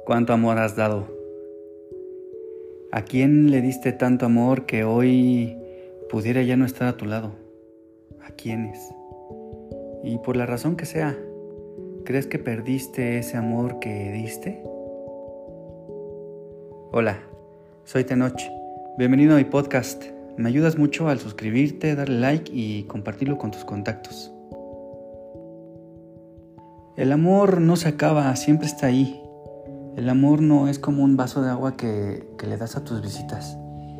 ¿Cuánto amor has dado? ¿A quién le diste tanto amor que hoy pudiera ya no estar a tu lado? ¿A quiénes? Y por la razón que sea, ¿crees que perdiste ese amor que diste? Hola, soy Tenoch. Bienvenido a mi podcast. Me ayudas mucho al suscribirte, darle like y compartirlo con tus contactos. El amor no se acaba, siempre está ahí. El amor no es como un vaso de agua que le das a tus visitas.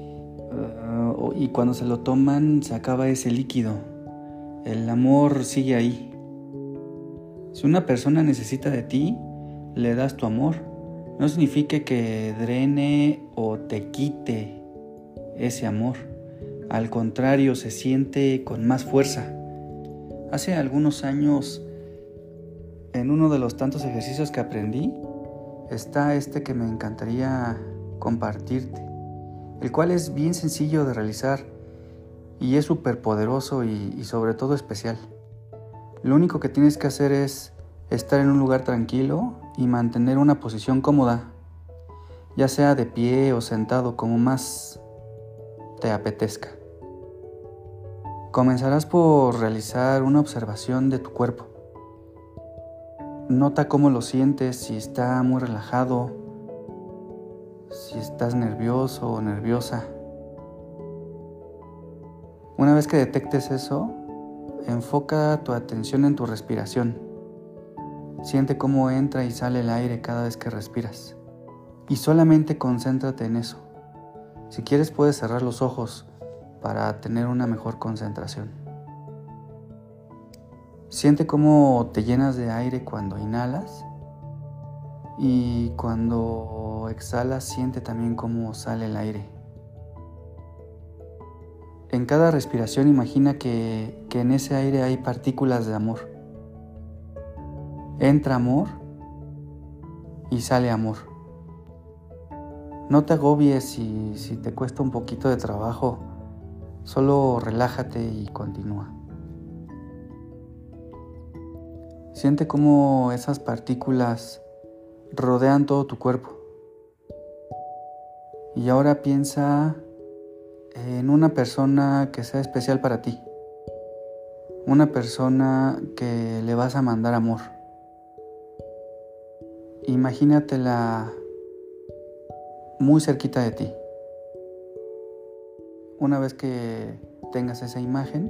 Y cuando se lo toman se acaba ese líquido. El amor sigue ahí. Si una persona necesita de ti, le das tu amor. No significa que drene o te quite ese amor. Al contrario, se siente con más fuerza. Hace algunos años, en uno de los tantos ejercicios que aprendí, está que me encantaría compartirte, el cual es bien sencillo de realizar y es súper poderoso y sobre todo especial. Lo único que tienes que hacer es estar en un lugar tranquilo y mantener una posición cómoda, ya sea de pie o sentado, como más te apetezca. Comenzarás por realizar una observación de tu cuerpo. Nota cómo lo sientes, si está muy relajado, si estás nervioso o nerviosa. Una vez que detectes eso, enfoca tu atención en tu respiración. Siente cómo entra y sale el aire cada vez que respiras. Y solamente concéntrate en eso. Si quieres puedes cerrar los ojos para tener una mejor concentración. Siente cómo te llenas de aire cuando inhalas y cuando exhalas siente también cómo sale el aire. En cada respiración imagina que en ese aire hay partículas de amor. Entra amor y sale amor. No te agobies si te cuesta un poquito de trabajo, solo relájate y continúa. Siente cómo esas partículas rodean todo tu cuerpo. Y ahora piensa en una persona que sea especial para ti. Una persona que le vas a mandar amor. Imagínatela muy cerquita de ti. Una vez que tengas esa imagen,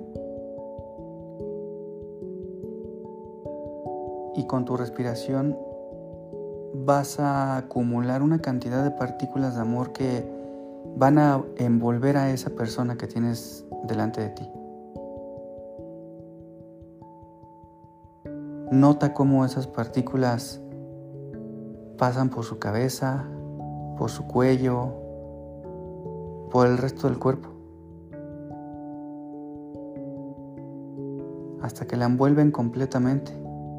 y con tu respiración vas a acumular una cantidad de partículas de amor que van a envolver a esa persona que tienes delante de ti. Nota cómo esas partículas pasan por su cabeza, por su cuello, por el resto del cuerpo, hasta que la envuelven completamente.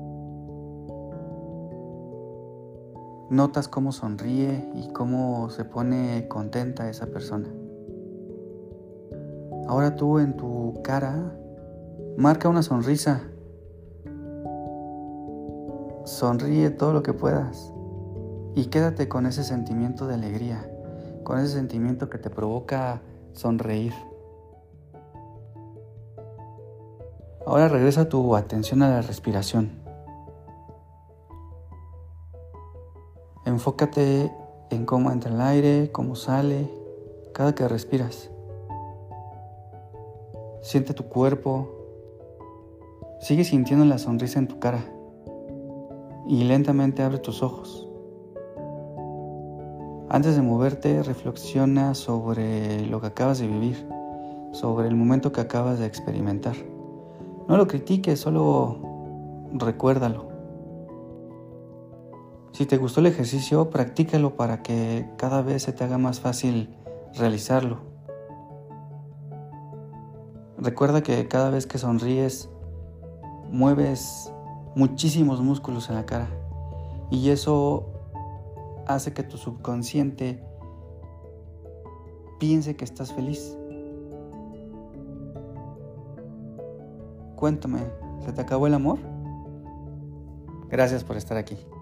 Notas cómo sonríe y cómo se pone contenta esa persona. Ahora tú en tu cara marca una sonrisa. Sonríe todo lo que puedas y quédate con ese sentimiento de alegría, con ese sentimiento que te provoca sonreír. Ahora regresa tu atención a la respiración. Enfócate en cómo entra el aire, cómo sale, cada que respiras. Siente tu cuerpo. Sigue sintiendo la sonrisa en tu cara. Y lentamente abre tus ojos. Antes de moverte, reflexiona sobre lo que acabas de vivir, sobre el momento que acabas de experimentar. No lo critiques, solo recuérdalo. Si te gustó el ejercicio, practícalo para que cada vez se te haga más fácil realizarlo. Recuerda que cada vez que sonríes, mueves muchísimos músculos en la cara y eso hace que tu subconsciente piense que estás feliz. Cuéntame, ¿se te acabó el amor? Gracias por estar aquí.